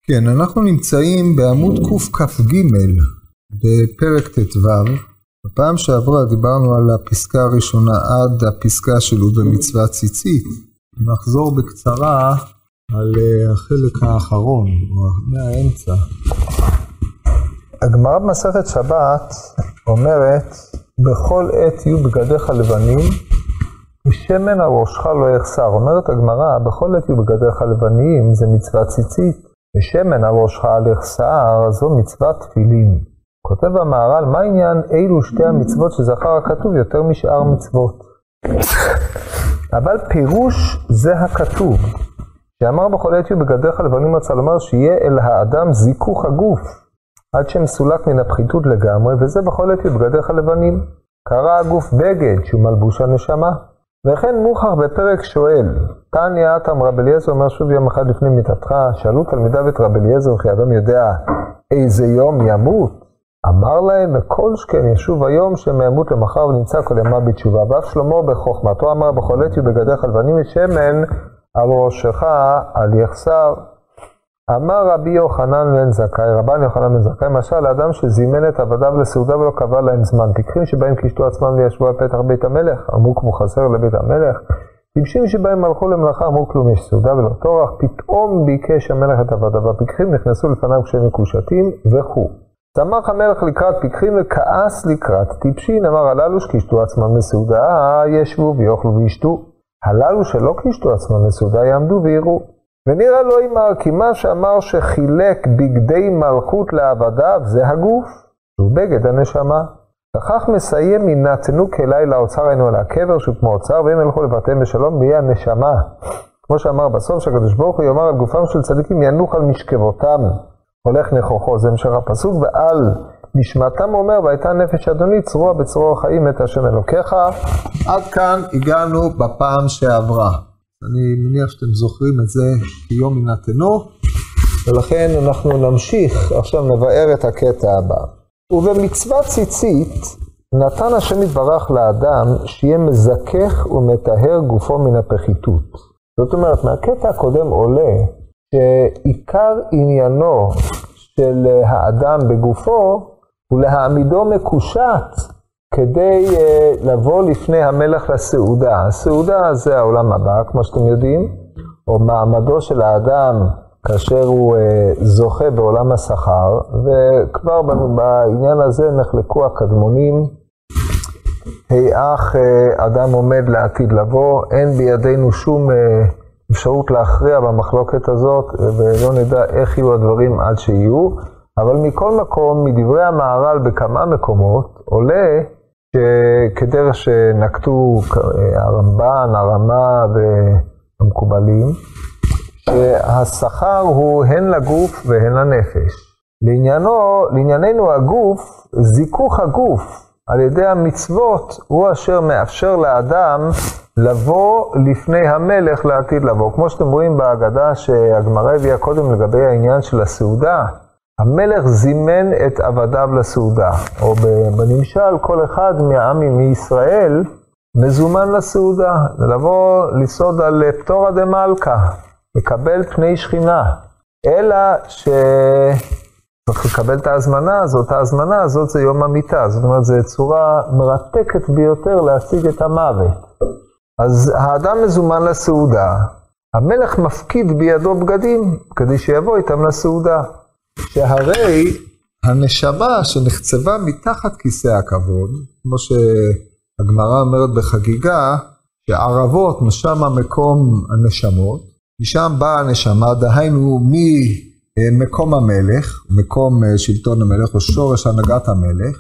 כן, אנחנו נמצאים בעמוד קכ"ג בפרק ט"ו. בפעם שעברה דיברנו על הפסקה הראשונה עד הפסקה שלו במצוות ציצית. נחזור בקצרה על החלק האחרון, או מהאמצע. הגמרא במסכת שבת אומרת, בכל עת יהיו בגדיך לבנים, ושמן על ראשך לא יחסר. אומרת הגמרא, בכל עת יהיו בגדיך לבנים, זה מצוות ציצית. ושמן על ראשך לא יחסר, זו מצוות תפילין. כותב המהר"ל, מה עניין אילו שתי המצוות שזכר הכתוב יותר משאר מצוות? אבל פירוש זה הכתוב. שאמר בכל עת יהיו בגדיך לבנים, רצה לומר שיהיה אל האדם זיכוך הגוף, עד שמסולק מן הפחיתות לגמרי, וזה בכל עת יהיו בגדיך לבנים. קרא הגוף בגד שהוא מלבוש הנשמה. וכן מוכח בפרק שואל, תניא אתם רבי אליעזר אומר שוב יום אחד לפני מיתתך, שאלו תלמידיו את רבי אליעזר, כי אדם יודע איזה יום ימות. אמר להם, וכל שכן ישוב היום שמימות למחר ונמצא כל ימה בתשובה. ואף שלמה בחוכמתו אמר בכל עת יהיו בגדיך לבנים ושמן על ראשך על יחסר. אמר רבי יוחנן בן זכאי, רבן יוחנן בן זכאי, משל לאדם שזימן את עבדיו לסעודה ולא קבע להם זמן. פיקחים שבהם קישטו עצמם וישבו על פתח בית המלך, אמרו כמו חסר לבית המלך. טיפשים שבהם הלכו למלאכה, אמרו כלום יש סעודה ולא טורח. פתאום ביקש המלך את עבדיו, והפיקחים נכנסו לפניו כשהם מקושטים וכו'. שמח המלך לקראת פיקחים וכעס לקראת טיפשים. אמר הללו שקישטו עצמם לסעודה ישבו ויאכלו וישתו, הללו שלא קישטו עצמם לסעודה יעמדו ויראו. ונראה לא אמר, כי מה שאמר שחילק בגדי מלכות לעבדיו זה הגוף, שהוא בגד הנשמה. וכך מסיים, ינתנו כלי לאוצר היינו על הקבר שהוא כמו אוצר, והם ילכו לבתיהם בשלום ביהיה הנשמה. כמו שאמר בסוף שהקדוש ברוך הוא יאמר על גופם של צדיקים ינוח על משכבותם, הולך נכוחו, זה המשך הפסוק, ועל נשמתם אומר, והייתה נפש אדוני צרוע בצרוע חיים את השם אלוקיך. עד כאן הגענו בפעם שעברה. אני מניח שאתם זוכרים את זה כיום יינתנו, ולכן אנחנו נמשיך, עכשיו נבאר את הקטע הבא. ובמצוות ציצית נתן השם יתברך לאדם שיהיה מזכך ומטהר גופו מן הפחיתות. זאת אומרת, מהקטע הקודם עולה שעיקר עניינו של האדם בגופו הוא להעמידו מקושט כדי לבוא לפני המלך לסעודה. הסעודה זה העולם הבא, כמו שאתם יודעים, או מעמדו של האדם כאשר הוא זוכה בעולם השכר, וכבר בעניין הזה נחלקו הקדמונים, היאך אדם עומד לעתיד לבוא, אין בידינו שום אפשרות להכריע במחלוקת הזאת, ולא נדע איך יהיו הדברים עד שיהיו, אבל מכל מקום, מדברי המהר"ל בכמה מקומות, עולה שכדרך שנקטו הרמב"ן, הרמ"א והמקובלים, שהשכר הוא הן לגוף והן לנפש. לענייננו הגוף, זיכוך הגוף על ידי המצוות הוא אשר מאפשר לאדם לבוא לפני המלך לעתיד לבוא. כמו שאתם רואים בהגדה שהגמרא הביאה קודם לגבי העניין של הסעודה, המלך זימן את עבדיו לסעודה, או בנמשל כל אחד מהעמים מישראל מזומן לסעודה, לבוא לסעוד על פטורא דמלכא, לקבל פני שכינה. אלא שצריך לקבל את ההזמנה הזאת, ההזמנה הזאת זה יום המיטה, זאת אומרת זו צורה מרתקת ביותר להשיג את המוות. אז האדם מזומן לסעודה, המלך מפקיד בידו בגדים כדי שיבוא איתם לסעודה. שהרי הנשמה שנחצבה מתחת כיסא הכבוד, כמו שהגמרא אומרת בחגיגה, שערבות משם מקום הנשמות, משם באה הנשמה, דהיינו ממקום המלך, מקום שלטון המלך או שורש הנהגת המלך,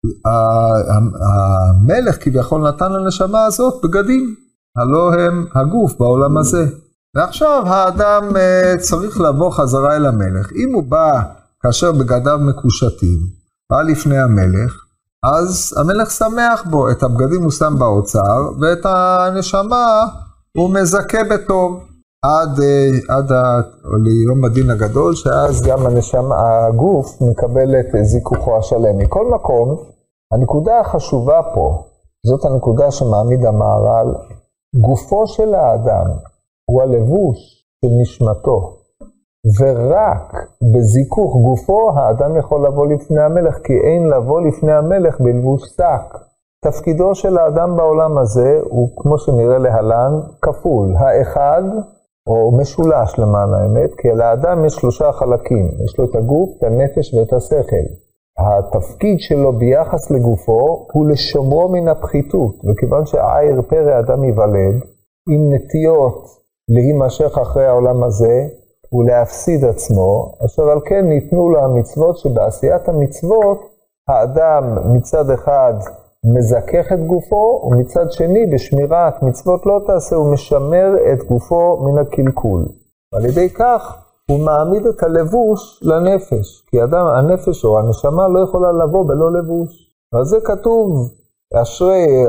המלך כביכול נתן לנשמה הזאת בגדים, הלא הם הגוף בעולם הזה. ועכשיו האדם צריך לבוא חזרה אל המלך. אם הוא בא כאשר בגדיו מקושטים, בא לפני המלך, אז המלך שמח בו, את הבגדים הוא שם באוצר, ואת הנשמה הוא מזכה בטוב, עד ליום הדין הגדול, שאז גם הגוף מקבל את זיכוכו השלם. מכל מקום, הנקודה החשובה פה, זאת הנקודה שמעמיד המהר"ל, גופו של האדם הוא הלבוש של נשמתו, ורק בזיכוך גופו האדם יכול לבוא לפני המלך, כי אין לבוא לפני המלך בלבוש שק. תפקידו של האדם בעולם הזה הוא, כמו שנראה להלן, כפול. האחד, או משולש למען האמת, כי לאדם יש 3 חלקים. יש לו את הגוף, את הנפש ואת השכל. התפקיד שלו ביחס לגופו הוא לשומרו מן הפחיתות, וכיוון שהעיר פרא אדם ייוולד, עם נטיות להימשך אחרי העולם הזה, ולהפסיד עצמו, אשר על כן ניתנו לו המצוות, שבעשיית המצוות האדם מצד אחד מזכך את גופו, ומצד שני בשמירת מצוות לא תעשה, הוא משמר את גופו מן הקלקול. ועל ידי כך הוא מעמיד את הלבוש לנפש, כי הנפש או הנשמה לא יכולה לבוא בלא לבוש. ועל זה כתוב, אשרי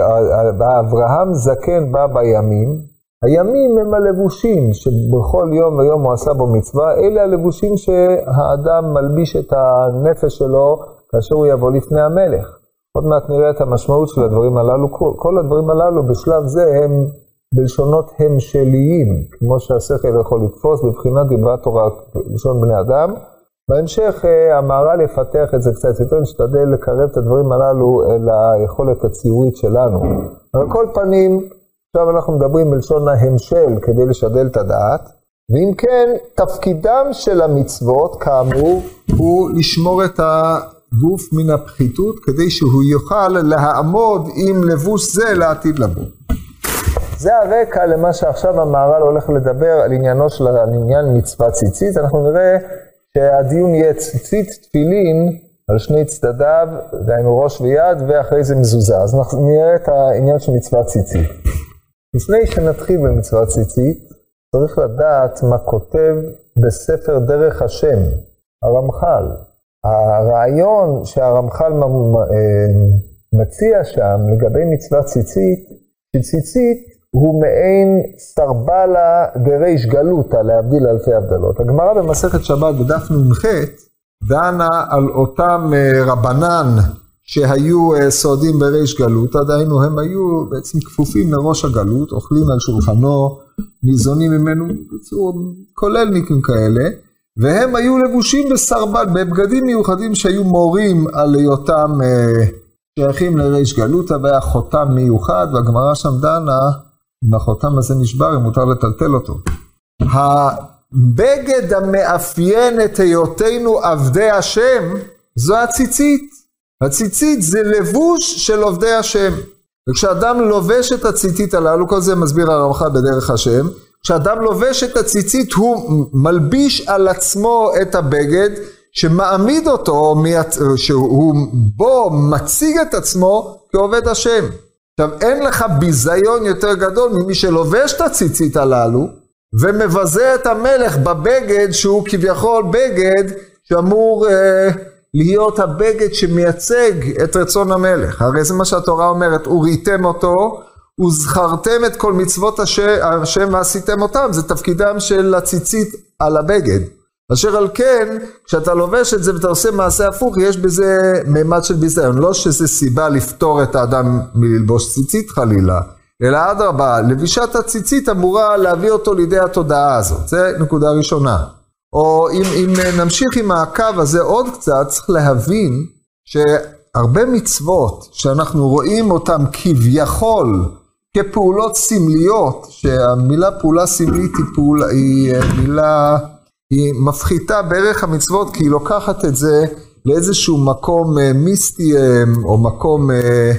אברהם זקן בא בימים, הימים הם הלבושים שבכל יום ויום הוא עשה בו מצווה, אלה הלבושים שהאדם מלביש את הנפש שלו כאשר הוא יבוא לפני המלך. עוד מעט נראה את המשמעות של הדברים הללו. כל הדברים הללו בשלב זה הם בלשונות המשליים, כמו שהשכל יכול לתפוס בבחינת דברת תורה לשון בני אדם. בהמשך המהר"ל יפתח את זה קצת יותר, נשתדל לקרב את הדברים הללו אל היכולת הציורית שלנו. אבל כל פנים, עכשיו אנחנו מדברים בלשון ההמשל כדי לשדל את הדעת, ואם כן, תפקידם של המצוות, כאמור, הוא לשמור את הגוף מן הפחיתות, כדי שהוא יוכל לעמוד עם לבוש זה לעתיד לבוא. זה הרקע למה שעכשיו המהר"ל הולך לדבר על עניינו של עניין מצוות ציצית. אנחנו נראה שהדיון יהיה ציצית תפילין על 2 צדדיו, דהיינו ראש ויד, ואחרי זה מזוזה. אז נראה את העניין של מצוות ציצית. לפני שנתחיל במצוות ציצית, צריך לדעת מה כותב בספר דרך השם, הרמח"ל. הרעיון שהרמח"ל מציע שם לגבי מצוות ציצית, שציצית הוא מעין סרבלה דריש גלותא, להבדיל אלפי הבדלות. הגמרא במסכת שבת בדף נ"ח דנה על אותם רבנן שהיו סועדים בריש גלות, עדיין הם היו בעצם כפופים לראש הגלות, אוכלים על שולחנו, ניזונים ממנו, כוללניקים כאלה, והם היו לבושים בסרבל, בבגדים מיוחדים שהיו מורים על היותם שייכים לריש גלות, והיה חותם מיוחד, והגמרא שם דנה, אם החותם הזה נשבר, אם מותר לטלטל אותו. הבגד המאפיין את היותנו עבדי השם, זו הציצית. הציצית זה לבוש של עובדי השם. וכשאדם לובש את הציצית הללו, כל זה מסביר הרמח"ל בדרך השם, כשאדם לובש את הציצית הוא מלביש על עצמו את הבגד שמעמיד אותו, שהוא בו מציג את עצמו כעובד השם. עכשיו אין לך ביזיון יותר גדול ממי שלובש את הציצית הללו ומבזה את המלך בבגד שהוא כביכול בגד שאמור להיות הבגד שמייצג את רצון המלך. הרי זה מה שהתורה אומרת, וראיתם אותו, וזכרתם את כל מצוות השם ועשיתם אותם. זה תפקידם של הציצית על הבגד. אשר על כן, כשאתה לובש את זה ואתה עושה מעשה הפוך, יש בזה ממד של ביזיון. לא שזה סיבה לפתור את האדם מללבוש ציצית חלילה, אלא אדרבה, לבישת הציצית אמורה להביא אותו לידי התודעה הזאת. זה נקודה ראשונה. או אם נמשיך עם הקו הזה עוד קצת, צריך להבין שהרבה מצוות שאנחנו רואים אותם כביכול כפעולות סמליות, שהמילה פעולה סמלית היא מילה, היא מפחיתה בערך המצוות, כי היא לוקחת את זה לאיזשהו מקום מיסטי, או מקום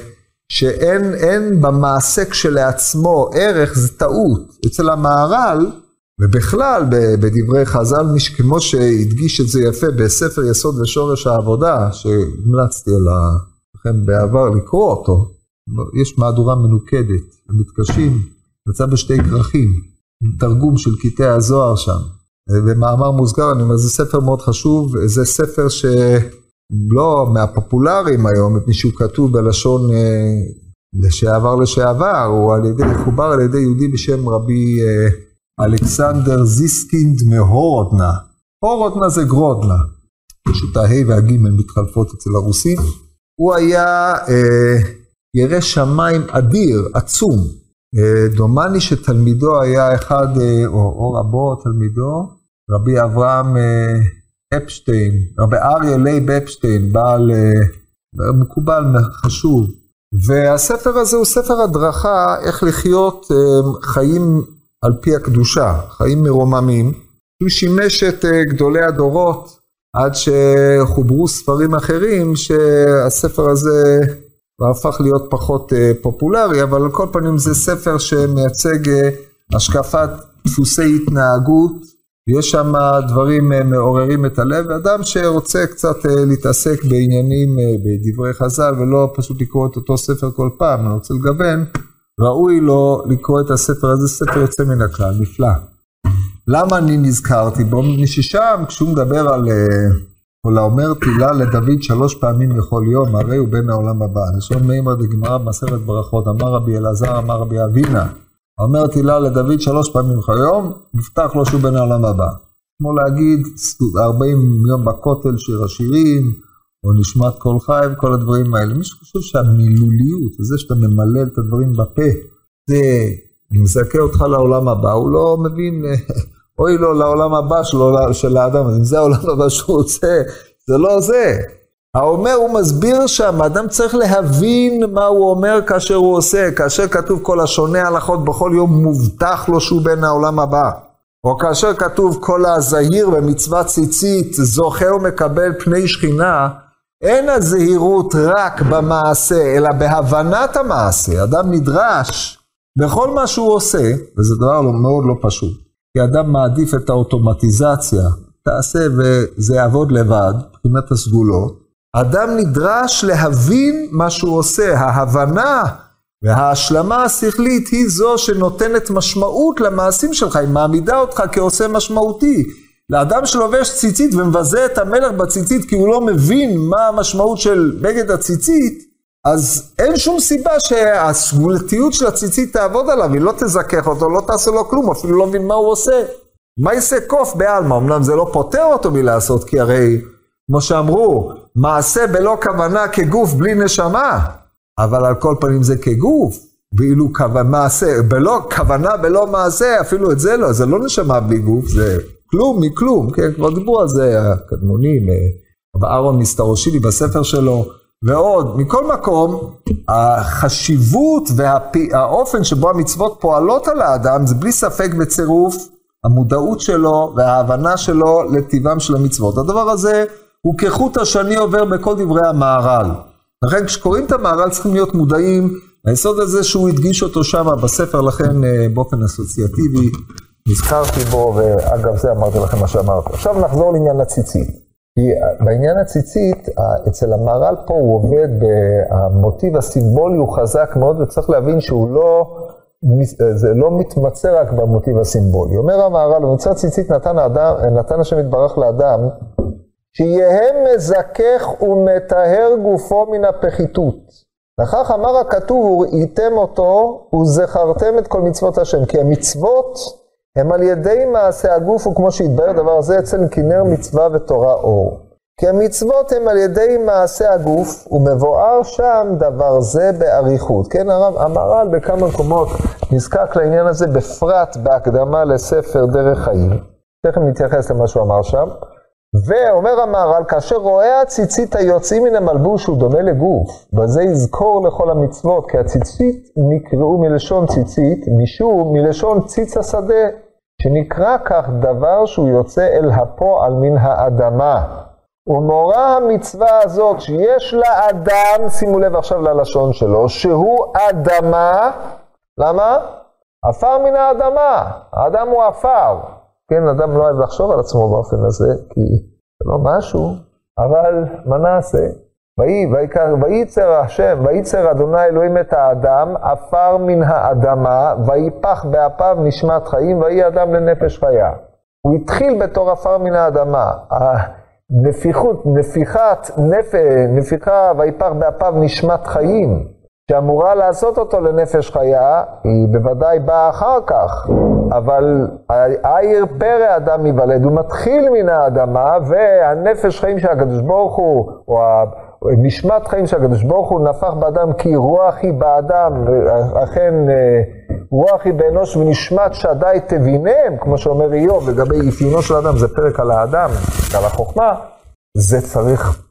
שאין במעשה כשלעצמו ערך, זה טעות. אצל המהר"ל, ובכלל בדברי חז"ל, כמו שהדגיש את זה יפה בספר יסוד ושורש העבודה, שהמלצתי לכם בעבר לקרוא אותו, יש מהדורה מנוקדת, המתקשים, יצא בשתי כרכים, עם תרגום של קטעי הזוהר שם. במאמר מוסגר, אני אומר, זה ספר מאוד חשוב, זה ספר שלא מהפופולריים היום, מפני שהוא כתוב בלשון לשעבר, הוא חובר על ידי יהודי בשם רבי אלכסנדר זיסקינד מהורודנה. הורודנה זה גרודנה. פשוט ההי והגימל מתחלפות אצל הרוסים. הוא היה ירא שמיים אדיר, עצום. דומני שתלמידו היה אחד, או רבו תלמידו, רבי אברהם אפשטיין, רבי אריה לייב אפשטיין, בעל מקובל חשוב. והספר הזה הוא ספר הדרכה איך לחיות חיים על פי הקדושה, חיים מרוממים. הוא שימש את גדולי הדורות עד שחוברו ספרים אחרים שהספר הזה הפך להיות פחות פופולרי, אבל על כל פנים זה ספר שמייצג השקפת דפוסי התנהגות, ויש שם דברים מעוררים את הלב, ואדם שרוצה קצת להתעסק בעניינים בדברי חז"ל ולא פשוט לקרוא את אותו ספר כל פעם, אני רוצה לגוון, ראוי לו לקרוא את הספר הזה, ספר יוצא מן הכלל, נפלא. למה אני נזכרתי בו? מששם כשהוא מדבר על כל האומר תהילה לדוד 3 פעמים בכל יום, הרי הוא בן העולם הבא. נשון מימר דגמרא במסכת ברכות, אמר רבי אלעזר, אמר רבי אבינה, האומר תהילה לדוד 3 פעמים בכל יום, נפתח לו שהוא בן העולם הבא. כמו להגיד 40 יום בכותל שיר השירים, או נשמת כל חי וכל הדברים האלה. מי שחושב שהמילוליות, זה שאתה ממלא את הדברים בפה, זה מזכה אותך לעולם הבא, הוא לא מבין, אוי לו לעולם הבא של האדם, אם זה העולם הבא שהוא רוצה, זה לא זה. האומר הוא מסביר שם, האדם צריך להבין מה הוא אומר כאשר הוא עושה, כאשר כתוב כל השונה הלכות בכל יום מובטח לו שהוא בן העולם הבא. או כאשר כתוב כל הזהיר במצוות ציצית זוכה ומקבל פני שכינה, אין הזהירות רק במעשה, אלא בהבנת המעשה. אדם נדרש בכל מה שהוא עושה, וזה דבר מאוד לא פשוט, כי אדם מעדיף את האוטומטיזציה, תעשה וזה יעבוד לבד, מבחינת הסגולות. אדם נדרש להבין מה שהוא עושה, ההבנה וההשלמה השכלית היא זו שנותנת משמעות למעשים שלך, היא מעמידה אותך כעושה משמעותי. לאדם שלובש ציצית ומבזה את המלך בציצית כי הוא לא מבין מה המשמעות של בגד הציצית, אז אין שום סיבה שהסגולתיות של הציצית תעבוד עליו, היא לא תזכך אותו, לא תעשה לו כלום, אפילו לא מבין מה הוא עושה. מה יעשה קוף בעלמא? אמנם זה לא פותר אותו מלעשות, כי הרי, כמו שאמרו, מעשה בלא כוונה כגוף בלי נשמה, אבל על כל פנים זה כגוף, ואילו מעשה, בלא כוונה בלא מעשה, אפילו את זה לא, זה לא נשמה בלי גוף, זה כלום מכלום, כן? כבר דיברו על זה הקדמונים, אהרון מסתרושילי בספר שלו, ועוד, מכל מקום, החשיבות והאופן שבו המצוות פועלות על האדם, זה בלי ספק בצירוף המודעות שלו וההבנה שלו לטבעם של המצוות. הדבר הזה הוא כחוט השני עובר בכל דברי המהר"ל. לכן כשקוראים את המהר"ל צריכים להיות מודעים ליסוד הזה שהוא הדגיש אותו שם בספר, לכן באופן אסוציאטיבי נזכרתי בו, ואגב זה אמרתי לכם מה שאמרתי. עכשיו נחזור לעניין הציצית. כי בעניין הציצית, אצל המהר"ל פה הוא עובד במוטיב הסימבולי, הוא חזק מאוד, וצריך להבין שהוא זה לא מתמצא רק במוטיב הסימבולי. אומר המהר"ל, במצוות ציצית נתן השם יתברך לאדם, שיהיה מזכך ומטהר גופו מן הפחיתות. לכך אמר הכתוב, וראיתם אותו וזכרתם את כל מצוות השם, כי המצוות הם על ידי מעשה הגוף, וכמו שהתברר דבר הזה אצל כנר מצווה ותורה אור. כי המצוות הם על ידי מעשה הגוף, ומבואר שם דבר זה באריכות. כן, המהר"ל בכמה מקומות נזקק לעניין הזה, בפרט בהקדמה לספר דרך חיים. תכף נתייחס למה שהוא אמר שם. ואומר המהר"ל, כאשר רואה הציצית היוצאים מן המלבוש הוא דומה לגוף, וזה יזכור לכל המצוות, כי הציצית נקראו מלשון ציצית, משום מלשון ציץ השדה, שנקרא כך דבר שהוא יוצא אל הפועל מן האדמה. ומורה המצווה הזאת שיש לאדם, שימו לב עכשיו ללשון שלו, שהוא אדמה, למה? עפר מן האדמה, האדם הוא עפר. כן, אדם לא אוהב לחשוב על עצמו באופן הזה, כי זה לא משהו, אבל מה נעשה? וייצר השם, וייצר אדוני אלוהים את האדם, עפר מן האדמה, ויפח באפיו נשמת חיים, ויהי אדם לנפש חיה. הוא התחיל בתור עפר מן האדמה. נפיחה ויפח באפיו נשמת חיים, שאמורה לעשות אותו לנפש חיה, היא בוודאי באה אחר כך, אבל העיר פרא אדם ייוולד, הוא מתחיל מן האדמה, והנפש חיים שהקדוש ברוך הוא, נשמת חיים שהקדוש ברוך הוא נפח באדם כי רוח היא באדם, אכן רוח היא באנוש ונשמת שדי תבינם, כמו שאומר איוב, לגבי אפיונו של האדם, זה פרק על האדם, על החוכמה, זה צריך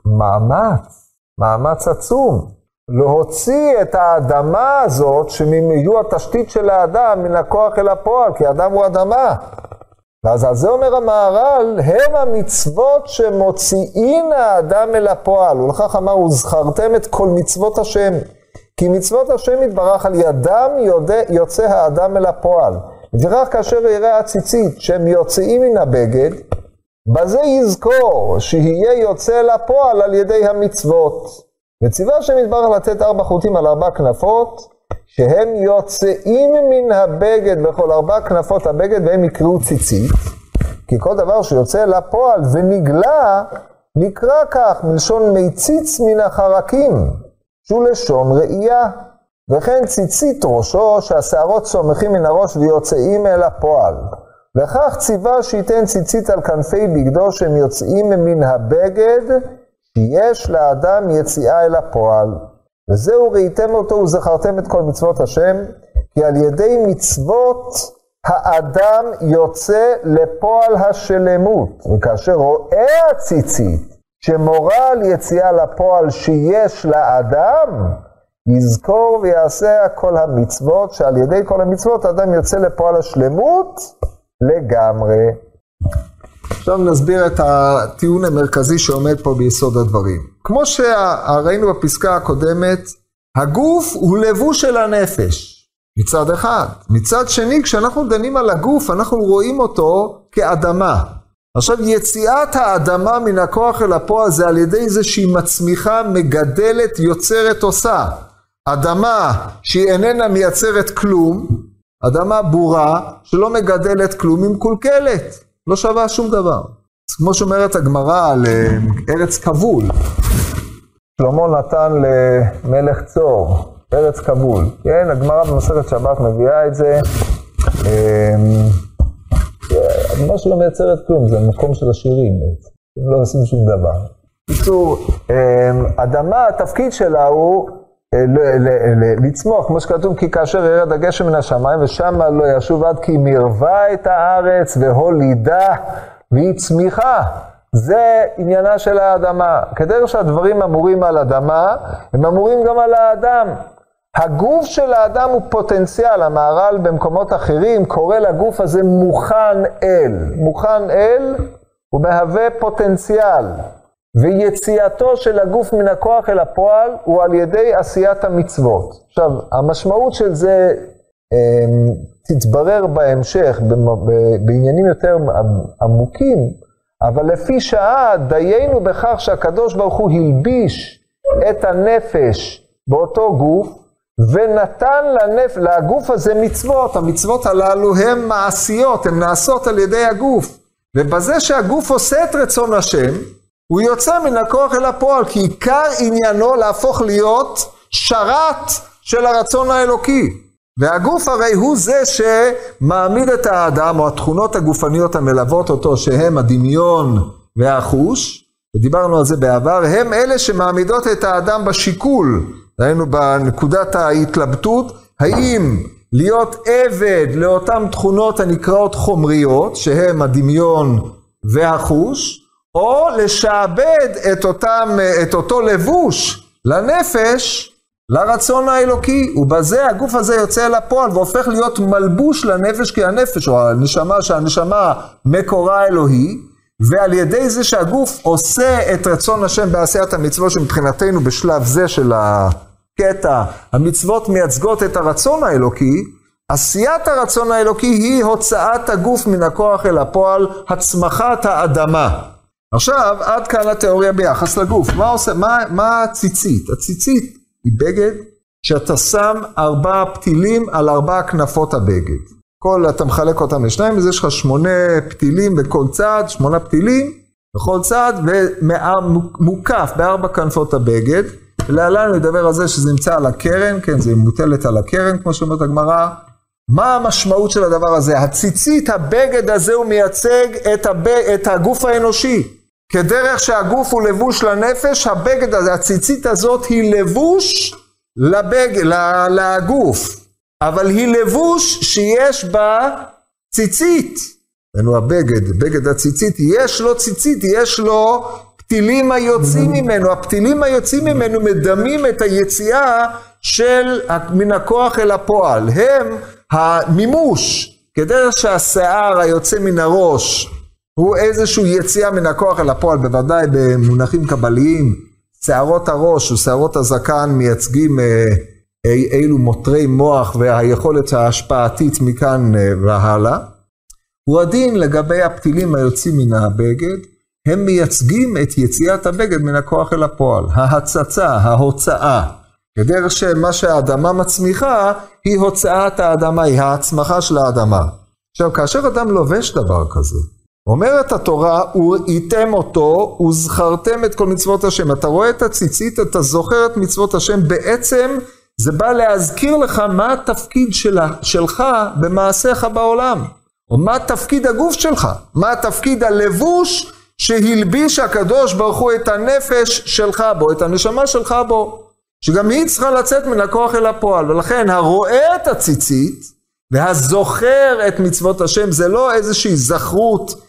מאמץ עצום. להוציא את האדמה הזאת, שמהיו התשתית של האדם, מן הכוח אל הפועל, כי האדם הוא אדמה. ואז על זה אומר המהר"ל, הם המצוות שמוציאים האדם אל הפועל. ולכך אמר, וזכרתם את כל מצוות השם. כי מצוות השם יתברך על ידם יוצא האדם אל הפועל. ורק כאשר יראה הציצית שהם יוצאים מן הבגד, בזה יזכור שיהיה יוצא אל הפועל על ידי המצוות. וציווה השם יתברך לתת 4 חוטים על 4 כנפות, שהם יוצאים מן הבגד בכל 4 כנפות הבגד, והם יקראו ציצית. כי כל דבר שיוצא אל הפועל ונגלה, נקרא כך, מלשון מציץ מן החרקים, שהוא לשון ראייה. וכן ציצית ראשו, שהשערות צומחים מן הראש ויוצאים אל הפועל. וכך ציווה שייתן ציצית על כנפי בגדו, שהם יוצאים מן הבגד, שיש לאדם יציאה אל הפועל. וזהו ראיתם אותו וזכרתם את כל מצוות השם, כי על ידי מצוות האדם יוצא לפועל השלמות. וכאשר רואה הציצית שמורה על יציאה לפועל שיש לאדם, יזכור ויעשה כל המצוות, שעל ידי כל המצוות האדם יוצא לפועל השלמות לגמרי. עכשיו נסביר את הטיעון המרכזי שעומד פה ביסוד הדברים. כמו שראינו בפסקה הקודמת, הגוף הוא לבוש של הנפש, מצד אחד. מצד שני, כשאנחנו דנים על הגוף, אנחנו רואים אותו כאדמה. עכשיו, יציאת האדמה מן הכוח אל הפועל זה על ידי זה שהיא מצמיחה, מגדלת, יוצרת, עושה. אדמה שהיא איננה מייצרת כלום, אדמה בורה שלא מגדלת כלום, היא מקולקלת. לא שווה שום דבר. אז כמו שאומרת הגמרא על ארץ כבול, שלמה נתן למלך צור, ארץ כבול. כן, הגמרא במסכת שבת מביאה את זה. מה שלא מייצרת כלום, זה מקום של השירים. הם לא עושים שום דבר. בקיצור, אדמה, התפקיד שלה הוא לצמוח, כמו שכתוב, כי כאשר ירד הגשם מן השמיים, ושם לא ישוב עד כי מרווה את הארץ והולידה והיא צמיחה. זה עניינה של האדמה. כדי שהדברים אמורים על אדמה, הם אמורים גם על האדם. הגוף של האדם הוא פוטנציאל. המהר"ל במקומות אחרים קורא לגוף הזה מוכן אל. מוכן אל הוא מהווה פוטנציאל. ויציאתו של הגוף מן הכוח אל הפועל הוא על ידי עשיית המצוות. עכשיו, המשמעות של זה תתברר בהמשך בעניינים יותר עמוקים, אבל לפי שעה דיינו בכך שהקדוש ברוך הוא הלביש את הנפש באותו גוף, ונתן לגוף הזה מצוות. המצוות הללו הן מעשיות, הן נעשות על ידי הגוף. ובזה שהגוף עושה את רצון השם, הוא יוצא מן הכוח אל הפועל, כי עיקר עניינו להפוך להיות שרת של הרצון האלוקי. והגוף הרי הוא זה שמעמיד את האדם, או התכונות הגופניות המלוות אותו, שהם הדמיון והחוש, ודיברנו על זה בעבר, הם אלה שמעמידות את האדם בשיקול, ראינו בנקודת ההתלבטות, האם להיות עבד לאותן תכונות הנקראות חומריות, שהם הדמיון והחוש, או לשעבד את אותו לבוש לנפש, לרצון האלוקי, ובזה הגוף הזה יוצא אל הפועל והופך להיות מלבוש לנפש, כי הנפש או הנשמה, שהנשמה מקורה אלוהי, ועל ידי זה שהגוף עושה את רצון השם בעשיית המצוות, שמבחינתנו בשלב זה של הקטע, המצוות מייצגות את הרצון האלוקי, עשיית הרצון האלוקי היא הוצאת הגוף מן הכוח אל הפועל, הצמחת האדמה. עכשיו, עד כאן התיאוריה ביחס לגוף. מה הציצית? הציצית היא בגד שאתה שם 4 פתילים על 4 כנפות הבגד. אתה מחלק אותם לשניים, אז יש לך 8 פתילים בכל צד, 8 פתילים בכל צד, ומוקף ב4 כנפות הבגד. ולהלן נדבר על זה שזה נמצא על הקרן, כן, זה מוטלת על הקרן, כמו שאומרת הגמרא. מה המשמעות של הדבר הזה? הציצית, הבגד הזה הוא מייצג את הגוף האנושי. כדרך שהגוף הוא לבוש לנפש, הבגד הזה, הציצית הזאת היא לבוש לגוף, אבל היא לבוש שיש בה ציצית. לנו הבגד, בגד הציצית, יש לו ציצית, יש לו פתילים היוצאים ממנו. הפתילים היוצאים ממנו מדמים את היציאה מן הכוח אל הפועל. הם המימוש, כדרך שהשיער היוצא מן הראש הוא איזשהו יציאה מן הכוח אל הפועל, בוודאי במונחים קבליים, שערות הראש ושערות הזקן מייצגים אילו מוטרי מוח והיכולת ההשפעתית מכאן והלאה. הוא הדין לגבי הפתילים היוצאים מן הבגד, הם מייצגים את יציאת הבגד מן הכוח אל הפועל. ההצצה, ההוצאה, כדרך שמה שהאדמה מצמיחה היא הוצאת האדמה, היא ההצמחה של האדמה. עכשיו, כאשר אדם לובש דבר כזה, אומרת התורה, וראיתם אותו וזכרתם את כל מצוות השם. אתה רואה את הציצית, אתה זוכר את מצוות השם, בעצם זה בא להזכיר לך מה התפקיד שלך במעשיך בעולם, או מה תפקיד הגוף שלך, מה תפקיד הלבוש שהלביש הקדוש ברוך הוא את הנפש שלך בו, את הנשמה שלך בו, שגם היא צריכה לצאת מן הכוח אל הפועל. ולכן הרואה את הציצית והזוכר את מצוות השם, זה לא איזושהי זכרות,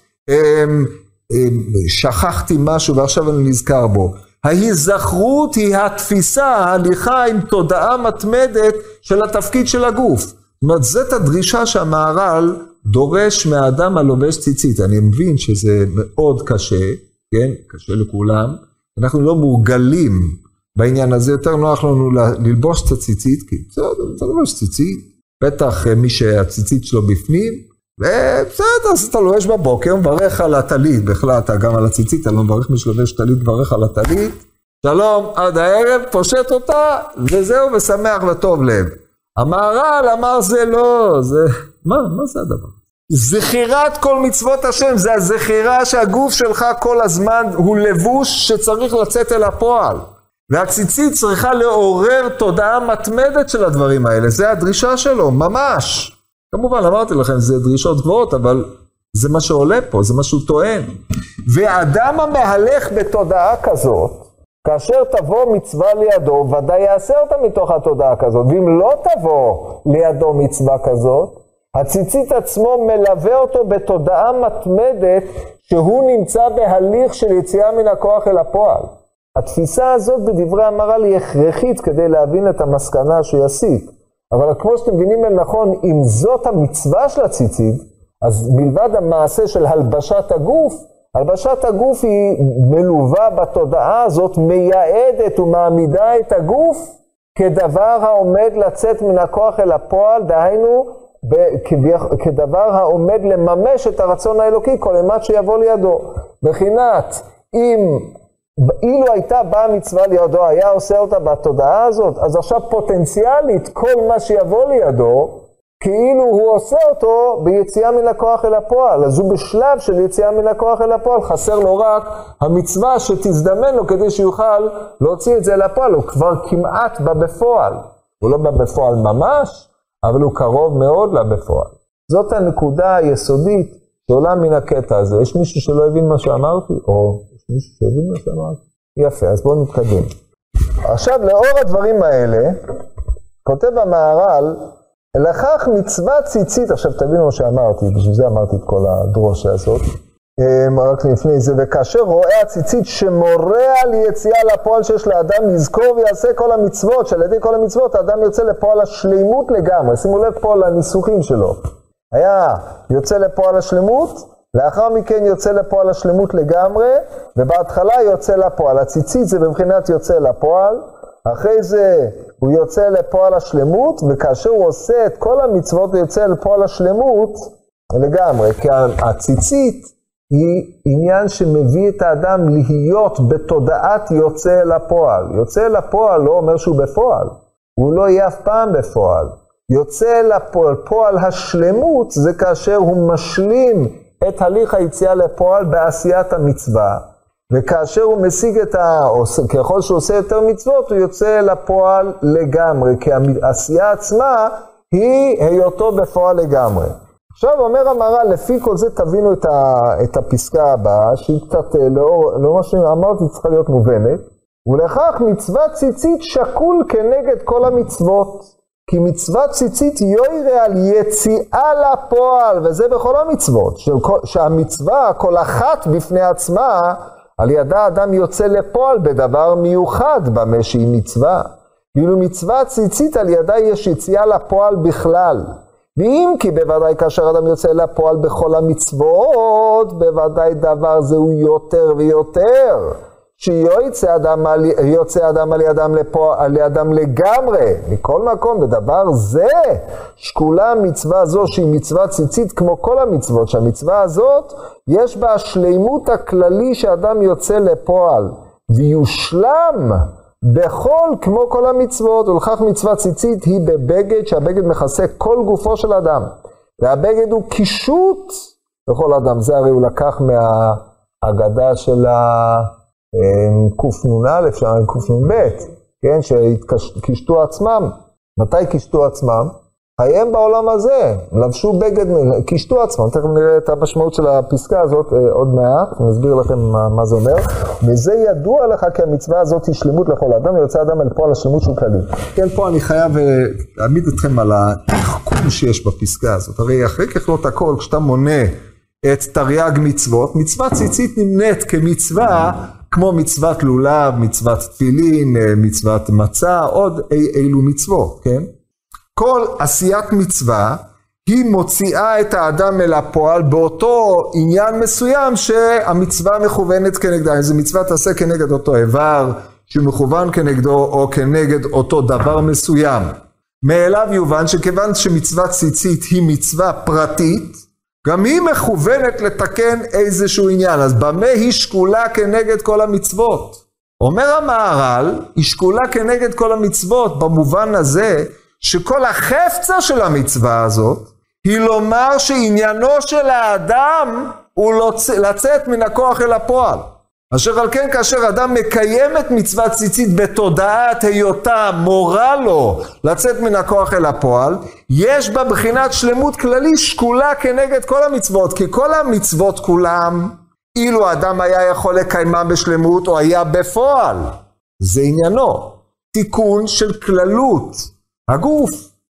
שכחתי משהו ועכשיו אני נזכר בו. ההיזכרות היא התפיסה, ההליכה עם תודעה מתמדת של התפקיד של הגוף. זאת אומרת, זאת הדרישה שהמהר"ל דורש מהאדם הלובש ציצית. אני מבין שזה מאוד קשה, כן? קשה לכולם. אנחנו לא מורגלים בעניין הזה, יותר נוח לנו ללבוש את הציצית, כי זה לובש ציצית, בטח מי שהציצית שלו בפנים, ובסדר, אז אתה לובש בבוקר, מברך על הטלית, בכלל אתה גם על הציצית, אתה לא מברך מי שלובש טלית, מברך על הטלית, שלום עד הערב, פושט אותה, וזהו, ושמח וטוב לב. המהר"ל אמר זה לא, זה, מה זה הדבר? זכירת כל מצוות השם, זה הזכירה שהגוף שלך כל הזמן הוא לבוש שצריך לצאת אל הפועל. והציצית צריכה לעורר תודעה מתמדת של הדברים האלה, זה הדרישה שלו, ממש. כמובן, אמרתי לכם, זה דרישות גבוהות, אבל זה מה שעולה פה, זה מה שהוא טוען. ואדם המהלך בתודעה כזאת, כאשר תבוא מצווה לידו, ודאי יעשה אותה מתוך התודעה כזאת, ואם לא תבוא לידו מצווה כזאת, הציצית עצמו מלווה אותו בתודעה מתמדת, שהוא נמצא בהליך של יציאה מן הכוח אל הפועל. התפיסה הזאת בדברי המהר"ל היא הכרחית כדי להבין את המסקנה שהוא יסיק. אבל כמו שאתם מבינים נכון, אם זאת המצווה של הציצית, אז מלבד המעשה של הלבשת הגוף, הלבשת הגוף היא מלווה בתודעה הזאת, מייעדת ומעמידה את הגוף כדבר העומד לצאת מן הכוח אל הפועל, דהיינו כדבר העומד לממש את הרצון האלוקי, כל אימת שיבוא לידו. בחינת, אילו הייתה באה מצווה לידו, היה עושה אותה בתודעה הזאת, אז עכשיו פוטנציאלית כל מה שיבוא לידו, כאילו הוא עושה אותו ביציאה מן הכוח אל הפועל. אז הוא בשלב של יציאה מן הכוח אל הפועל, חסר לו רק המצווה שתזדמן לו כדי שיוכל להוציא את זה אל הפועל. הוא כבר כמעט בא בפועל. הוא לא בא בפועל ממש, אבל הוא קרוב מאוד לבפועל. זאת הנקודה היסודית שעולה מן הקטע הזה. יש מישהו שלא הבין מה שאמרתי? או יש מישהו שהבין מה שאמרתי? יפה, אז בואו נתקדם. עכשיו, לאור הדברים האלה, כותב המהר"ל, לכך מצווה ציצית, עכשיו תבינו מה שאמרתי, בשביל זה אמרתי את כל הדרושה הזאת, רק לפני זה, וכאשר רואה הציצית שמורה על יציאה לפועל שיש לאדם, יזכור ויעשה כל המצוות, שעל ידי כל המצוות האדם יוצא לפועל השלימות לגמרי. שימו לב פה לניסוחים שלו. היה יוצא לפועל השלימות, לאחר מכן יוצא לפועל השלימות לגמרי, ובהתחלה יוצא לפועל. הציצית זה בבחינת יוצא לפועל, אחרי זה הוא יוצא לפועל השלמות, וכאשר הוא עושה את כל המצוות הוא יוצא לפועל השלמות לגמרי, כי הציצית היא עניין שמביא את האדם להיות בתודעת יוצא לפועל. יוצא לפועל לא אומר שהוא בפועל, הוא לא יהיה אף פעם בפועל. יוצא לפועל השלמות זה כאשר הוא משלים את הליך היציאה לפועל בעשיית המצווה, וכאשר הוא משיג ככל שהוא עושה יותר מצוות, הוא יוצא לפועל לגמרי, כי העשייה עצמה היא היותו בפועל לגמרי. עכשיו אומר המהר"ל, לפי כל זה תבינו את הפסקה הבאה, שהיא קצת לא מה שאמרתי, צריכה להיות מובנת. ולכך מצוות ציצית שקול כנגד כל המצוות. כי מצוות ציצית יוירא על יציאה לפועל, וזה בכל המצוות. שהמצווה כל אחת בפני עצמה, על ידה אדם יוצא לפועל בדבר מיוחד במה שהיא מצווה. ואילו מצוות ציצית על ידה יש יציאה לפועל בכלל. ואם כי בוודאי כאשר אדם יוצא לפועל בכל המצוות, בוודאי דבר זהו יותר ויותר. שיוצא אדם על ידם לגמרי. מכל מקום, בדבר זה, שקולה מצווה זו שהיא מצווה ציצית כמו כל המצוות, שהמצווה הזאת יש בה השלימות הכללי שאדם יוצא לפועל, ויושלם בכל כמו כל המצוות. ולכך מצווה ציצית היא בבגד, שהבגד מכסה כל גופו של אדם. והבגד הוא קישוט בכל אדם. זה הרי הוא לקח מהאגדה של קנ"א, שם קנ"ב, כן, שקישטו עצמם. מתי קישטו עצמם? חייהם בעולם הזה, לבשו בגד, קישטו עצמם. תכף נראה את המשמעות של הפסקה הזאת עוד מעט, נסביר לכם מה זה אומר. וזה ידוע לך כי המצווה הזאת היא שלמות לכל אדם, ויוצא אדם אל פועל השלמות שהוא כללי. כן, פה אני חייב להעמיד אתכם על התחכום שיש בפסקה הזאת. הרי אחרי ככלות הכל, כשאתה מונה את תרי"ג מצוות, מצוות ציצית נמנית כמצווה, כמו מצוות לולב, מצוות תפילין, מצוות מצה, עוד אילו מצוות, כן? כל עשיית מצווה היא מוציאה את האדם אל הפועל באותו עניין מסוים שהמצווה מכוונת כנגדה. איזו מצווה תעשה כנגד אותו איבר שמכוון כנגדו או כנגד אותו דבר מסוים. מאליו יובן שכיוון שמצוות ציצית היא מצווה פרטית, גם היא מכוונת לתקן איזשהו עניין. אז במה היא שקולה כנגד כל המצוות? אומר המהר"ל, היא שקולה כנגד כל המצוות במובן הזה שכל החפצה של המצווה הזאת היא לומר שעניינו של האדם הוא לצאת מן הכוח אל הפועל. אשר על כן כאשר אדם מקיים את מצוות ציצית בתודעת היותה מורה לו לצאת מן הכוח אל הפועל, יש בה בחינת שלמות כללי שקולה כנגד כל המצוות. כי כל המצוות כולם, אילו האדם היה יכול לקיימם בשלמות או היה בפועל, זה עניינו, תיקון של כללות הגוף.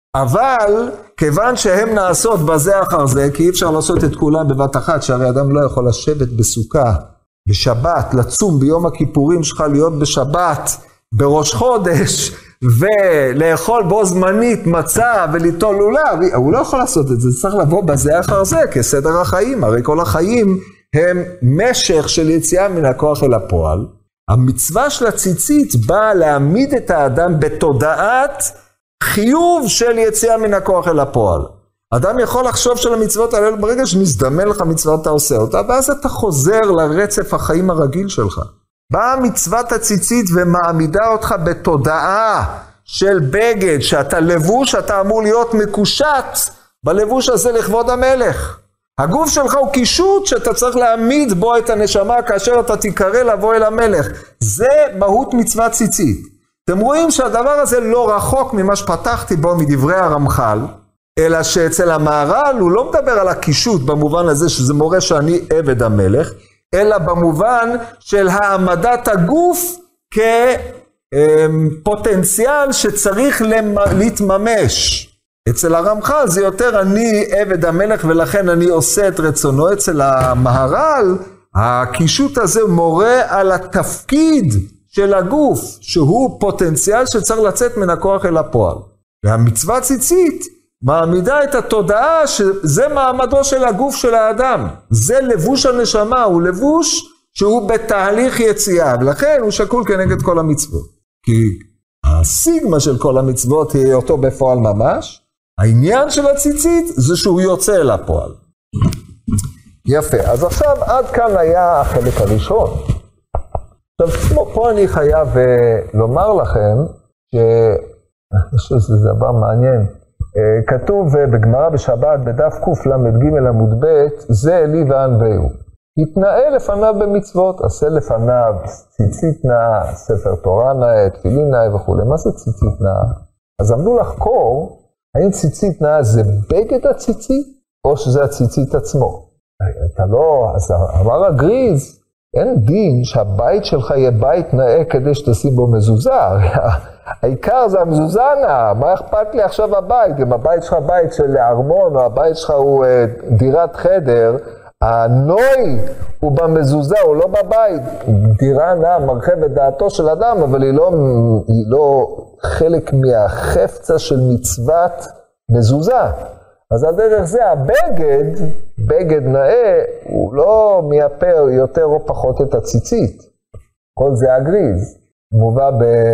אבל כיוון שהם נעשות בזה אחר זה, כי אי אפשר לעשות את כולם בבת אחת, שהרי אדם לא יכול לשבת בסוכה בשבת, לצום ביום הכיפורים שלך, להיות בשבת בראש חודש ולאכול בו זמנית מצה וליטול לולב, הוא לא יכול לעשות את זה. צריך לבוא בזה אחר זה כסדר החיים. הרי כל החיים הם משך של יציאה מן הכוח אל הפועל. המצווה של הציצית באה להעמיד את האדם בתודעת חיוב של יציאה מן הכוח אל הפועל. אדם יכול לחשוב של המצוות האלה, ברגע שנזדמן לך מצווה אתה עושה אותה, ואז אתה חוזר לרצף החיים הרגיל שלך. באה מצוות הציצית ומעמידה אותך בתודעה של בגד, שאתה לבוש, אתה אמור להיות מקושט בלבוש הזה לכבוד המלך. הגוף שלך הוא קישוט שאתה צריך להעמיד בו את הנשמה כאשר אתה תיקרא לבוא אל המלך. זה מהות מצוות ציצית. אתם רואים שהדבר הזה לא רחוק ממה שפתחתי בו מדברי הרמח"ל, אלא שאצל המהר"ל הוא לא מדבר על הקישוט במובן הזה שזה מורה שאני עבד המלך, אלא במובן של העמדת הגוף כפוטנציאל שצריך להתממש. אצל הרמח"ל זה יותר אני עבד המלך ולכן אני עושה את רצונו. אצל המהר"ל הקישוט הזה מורה על התפקיד של הגוף, שהוא פוטנציאל שצריך לצאת מן הכוח אל הפועל. והמצווה ציצית מעמידה את התודעה שזה מעמדו של הגוף של האדם. זה לבוש הנשמה, הוא לבוש שהוא בתהליך יציאה, ולכן הוא שקול כנגד כל המצוות. כי הסיגמה של כל המצוות היא אותו בפועל ממש. העניין של הציצית זה שהוא יוצא אל הפועל. יפה, אז עכשיו עד כאן היה החלק הראשון. עכשיו, פה אני חייב לומר לכם שזה דבר מעניין. כתוב בגמרא בשבת בדף קל"ג עמוד ב', זה אלי וענווהו. התנאה לפניו במצוות, עשה לפניו ציצית נאה, ספר תורה נאה, תפילין נאה וכו'. מה זה ציצית נאה? אז עמדו לחקור, האם ציצית נאה זה בגד הציצית, או שזה הציצית עצמו. אתה לא, אז אמר הגריז, אין דין שהבית שלך יהיה בית נאה כדי שתשים בו מזוזה. העיקר זה המזוזה נאה, מה אכפת לי עכשיו הבית? אם הבית שלך בית של ארמון, או הבית שלך הוא דירת חדר, הנוי הוא במזוזה, הוא לא בבית. דירה נאה מרחבת דעתו של אדם, אבל היא לא חלק מהחפצה של מצוות מזוזה. אז על דרך זה הבגד, בגד נאה, הוא לא מייפר יותר או פחות את הציצית. כל זה הגריז. מובא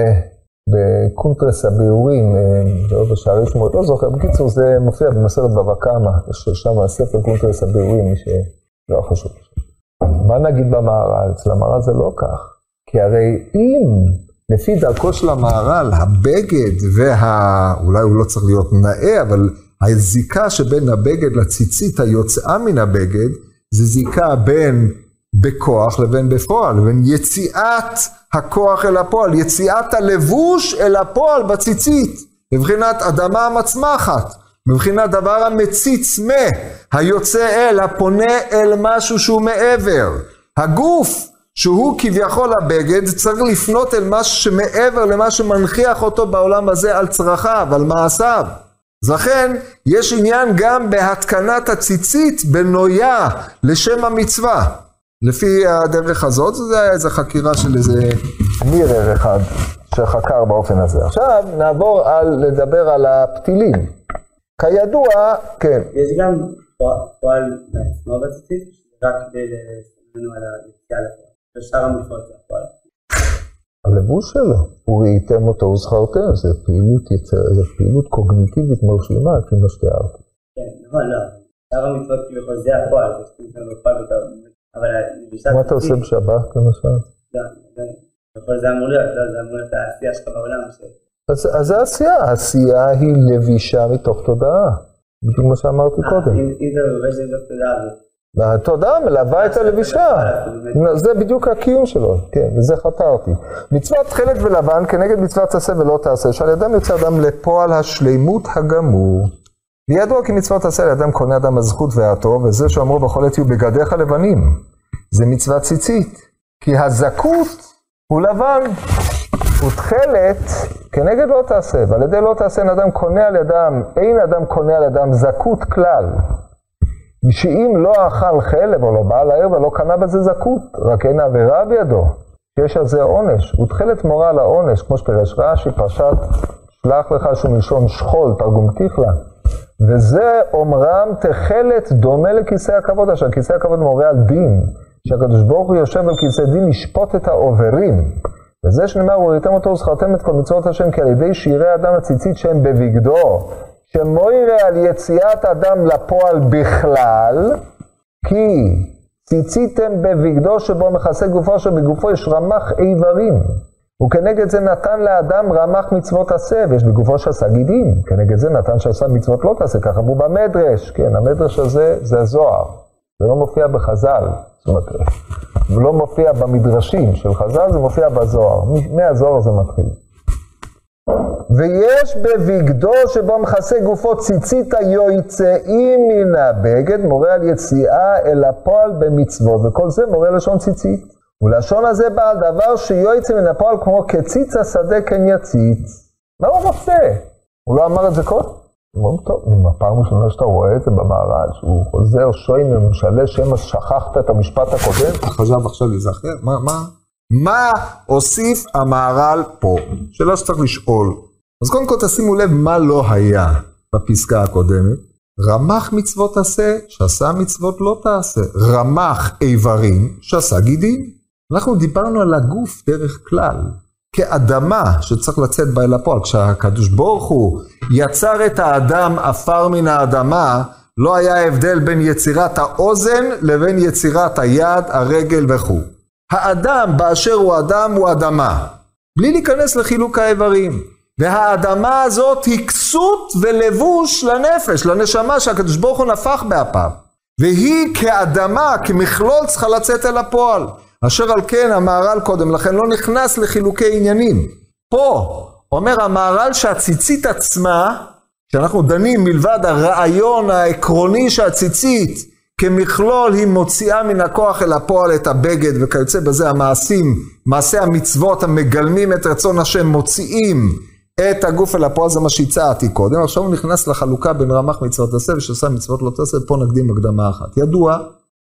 בקונטרס הביאורים, לא בשערי שמות, לא זוכר. בקיצור, זה מופיע במסכת בבא קמא, שם הספר קונטרס הביאורים, מי שלא חשוב. מה נגיד במהר"ל? אצל המהר"ל זה לא כך. כי הרי אם, לפי דרכו של המהר"ל, הבגד אולי הוא לא צריך להיות נאה, אבל הזיקה שבין הבגד לציצית היוצאה מן הבגד, זה זיקה בין בכוח לבין בפועל, בין יציאת הכוח אל הפועל, יציאת הלבוש אל הפועל בציצית, בבחינת אדמה המצמחת, בבחינת דבר המציץ היוצא אל, הפונה אל משהו שהוא מעבר. הגוף שהוא כביכול הבגד צריך לפנות אל משהו שמעבר למה שמנחיח אותו בעולם הזה על צרכיו, על מעשיו. אז לכן יש עניין גם בהתקנת הציצית בנויה לשם המצווה. לפי הדרך הזאת, זה היה איזו חקירה של איזה מירר אחד שחקר באופן הזה. עכשיו נעבור לדבר על הפתילים. כידוע, כן. יש גם פועל מעצמו בציצית, רק כדי לסמנו על היציאה לפועל. בשאר המצוות זה הפועל. הלבוש שלו, הוא ראיתם אותו וזכרתם, זה פעילות קוגניטיבית מרשימה, כפי מה שתיארתי. כן, נכון, לא. שאר המצוות כביכול זה הפועל, זה שתיים בפועל אבל... מה אתה עושה בשבת, למשל? לא, כביכול זה אמור להיות, לא, זה אמור להיות העשייה שלך בעולם. אז זה העשייה, העשייה היא לבישה מתוך תודעה, בדיוק מה שאמרתי קודם. אם זה לובש זה מתוך תודעה. התודעה מלווה את הלבישה, זה בדיוק הקיום שלו, כן, וזה חתרתי. מצוות תכלת ולבן כנגד מצוות עשה ולא תעשה, שעל ידם יוצא אדם לפועל השלימות הגמור. וידוע כי מצוות עשה לאדם קונה אדם הזכות והטוב, וזה שאמרו בכל עת יהיו בגדיך לבנים, זה מצוות ציצית, כי הזכות הוא לבן, ותכלת כנגד לא תעשה, ועל ידי לא תעשה אין אדם קונה על אדם זכות כלל. שאם לא אכל חלב או לא בא לעיר ולא קנה בזה זכות, רק אין עבירה בידו, שיש על זה עונש. ותכלת מורה על העונש, כמו שפרש רש"י, פרשת שלח לך שהוא מלשון שכול, תרגום תכלה. וזה אומרם תכלת דומה לכיסא הכבוד, אשר כיסא הכבוד מורה על דין, שהקדוש ברוך הוא יושב על כיסא דין לשפוט את העוברים. וזה שנאמר, וראיתם אותו וזכרתם את כל מצוות השם, כי על ידי שירי אדם הציצית שהם בבגדו, שמוירה על יציאת אדם לפועל בכלל, כי ציציתם בבגדו שבו מכסה גופו, שבגופו יש רמ"ח איברים. וכנגד זה נתן לאדם רמ"ח מצוות עשה, ויש בגופו שעשה גידים. כנגד זה נתן שעשה מצוות לא תעשה, ככה הוא במדרש. כן, המדרש הזה זה הזוהר. זה לא מופיע בחז"ל. זאת אומרת, זה לא מופיע במדרשים של חז"ל, זה מופיע בזוהר. מהזוהר זה מתחיל. ויש בבגדו שבו מכסה גופו ציצית היוצאים מן הבגד, מורה על יציאה אל הפועל במצוות, וכל זה מורה לשון ציצית. ולשון הזה בא על דבר שיוצא מן הפועל כמו כציץ השדה כן יציץ. מה הוא רוצה? הוא לא אמר את זה קודם? הוא אומר, טוב, הפעם ראשונה שאתה רואה את זה במהר"ל, שהוא חוזר שוין ומשלה שמא שכחת את המשפט הקודם, חשב עכשיו להיזכר, מה הוסיף המהר"ל פה? שאלה שצריך לשאול. אז קודם כל תשימו לב מה לא היה בפסקה הקודמת. רמ"ח מצוות עשה, שעשה מצוות לא תעשה. רמ"ח איברים, שעשה גידים. אנחנו דיברנו על הגוף דרך כלל, כאדמה שצריך לצאת בה אל הפועל. כשהקדוש ברוך הוא יצר את האדם עפר מן האדמה, לא היה הבדל בין יצירת האוזן לבין יצירת היד, הרגל וכו'. האדם באשר הוא אדם הוא אדמה, בלי להיכנס לחילוק האיברים. והאדמה הזאת היא כסות ולבוש לנפש, לנשמה שהקדוש ברוך הוא נפח באפיו. והיא כאדמה, כמכלול צריכה לצאת אל הפועל. אשר על כן המהר"ל קודם לכן לא נכנס לחילוקי עניינים. פה אומר המהר"ל שהציצית עצמה, כשאנחנו דנים מלבד הרעיון העקרוני שהציצית כמכלול היא מוציאה מן הכוח אל הפועל את הבגד וכיוצא בזה המעשים, מעשי המצוות המגלמים את רצון השם מוציאים את הגוף אל הפועל, זה מה שהצעתי קודם. עכשיו הוא נכנס לחלוקה בין רמ"ח מצוות תעשה ושעשה מצוות לא תעשה, פה נקדים הקדמה אחת. ידוע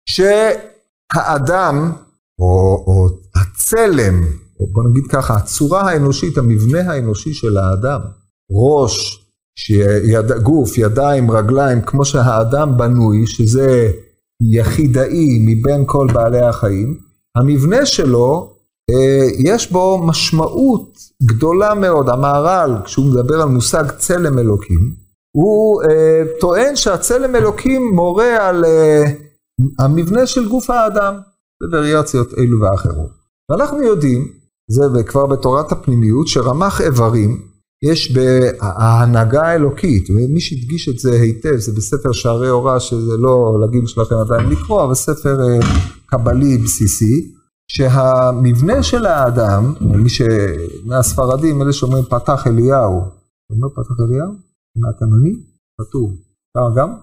שהאדם או הצלם, או בוא נגיד ככה, הצורה האנושית, המבנה האנושי של האדם, ראש, גוף, ידיים, רגליים, כמו שהאדם בנוי, שזה יחידאי מבין כל בעלי החיים, המבנה שלו, יש בו משמעות גדולה מאוד. המהר"ל, כשהוא מדבר על מושג צלם אלוקים, הוא טוען שהצלם אלוקים מורה על המבנה של גוף האדם, בווריאציות אלו ואחרות. ואנחנו יודעים, זה כבר בתורת הפנימיות, שרמ"ח איברים, יש בהנהגה האלוקית, ומי שהדגיש את זה היטב, זה בספר שערי אורה, שזה לא לגיל שלכם עדיין לקרוא, אבל ספר קבלי בסיסי, שהמבנה של האדם, מי מהספרדים, אלה שאומרים פתח אליהו, אומר פתח אליהו? מה אתה מני? פתור. אתה גם?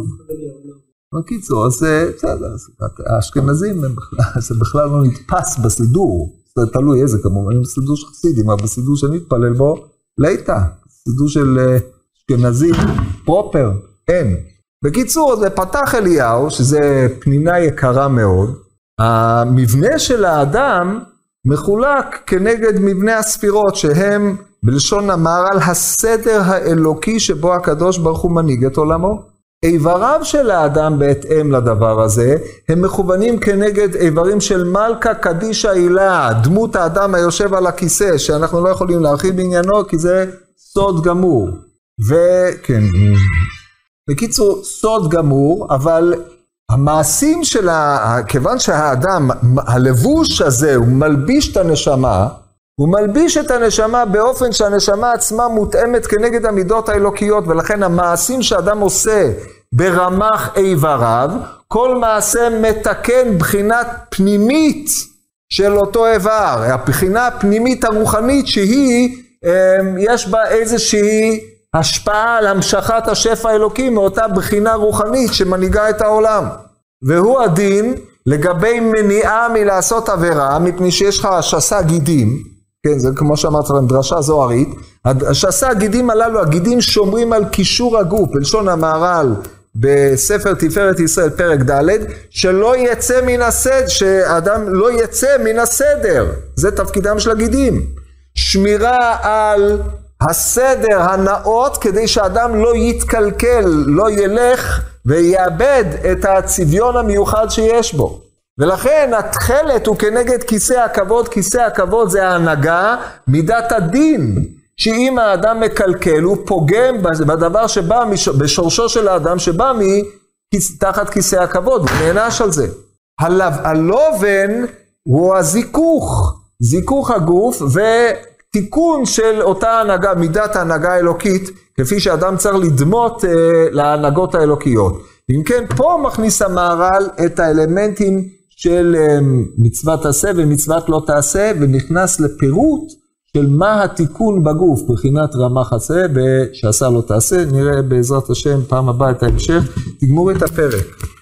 בקיצור, אז האשכנזים, זה בכלל לא נתפס בסידור, זה תלוי איזה כמובן, בסידור של חסידים, אבל בסידור שאני מתפלל בו, ליטה, סידור של אשכנזי פרופר, אין. בקיצור, זה פתח אליהו, שזה פנינה יקרה מאוד, המבנה של האדם מחולק כנגד מבנה הספירות, שהם בלשון המהר"ל הסדר האלוקי שבו הקדוש ברוך הוא מנהיג את עולמו. איבריו של האדם בהתאם לדבר הזה, הם מכוונים כנגד איברים של מלכה קדישה הילה, דמות האדם היושב על הכיסא, שאנחנו לא יכולים להרחיב בעניינו, כי זה סוד גמור. וכן, בקיצור, סוד גמור, אבל המעשים של כיוון שהאדם, הלבוש הזה, הוא מלביש את הנשמה, הוא מלביש את הנשמה באופן שהנשמה עצמה מותאמת כנגד המידות האלוקיות, ולכן המעשים שאדם עושה ברמ"ח איבריו, כל מעשה מתקן בחינת פנימית של אותו איבר, הבחינה הפנימית הרוחנית שהיא, יש בה איזושהי השפעה על המשכת השפע האלוקי מאותה בחינה רוחנית שמנהיגה את העולם. והוא הדין לגבי מניעה מלעשות עבירה, מפני שיש לך שסה גידים, כן, זה כמו שאמרת להם, דרשה זוהרית, השסה הגידים הללו, הגידים שומרים על קישור הגוף, בלשון המהר"ל, בספר תפארת ישראל פרק ד', שלא יצא מן הסדר, שאדם לא יצא מן הסדר, זה תפקידם של הגידים. שמירה על הסדר הנאות, כדי שאדם לא יתקלקל, לא ילך ויאבד את הצביון המיוחד שיש בו. ולכן התכלת הוא כנגד כיסא הכבוד, כיסא הכבוד זה ההנהגה, מידת הדין, שאם האדם מקלקל הוא פוגם בדבר שבא בשורשו של האדם שבא תחת כיסא הכבוד, הוא נענש על זה. הלובן הוא הזיכוך, זיכוך הגוף ותיקון של אותה הנהגה, מידת ההנהגה האלוקית, כפי שאדם צריך לדמות להנהגות האלוקיות. אם כן, פה מכניס המהר"ל את האלמנטים של מצוות תעשה ומצוות לא תעשה, ונכנס לפירוט של מה התיקון בגוף, בחינת רמ"ח עשה ושעשה לא תעשה. נראה בעזרת השם פעם הבאה את ההמשך. תגמור את הפרק.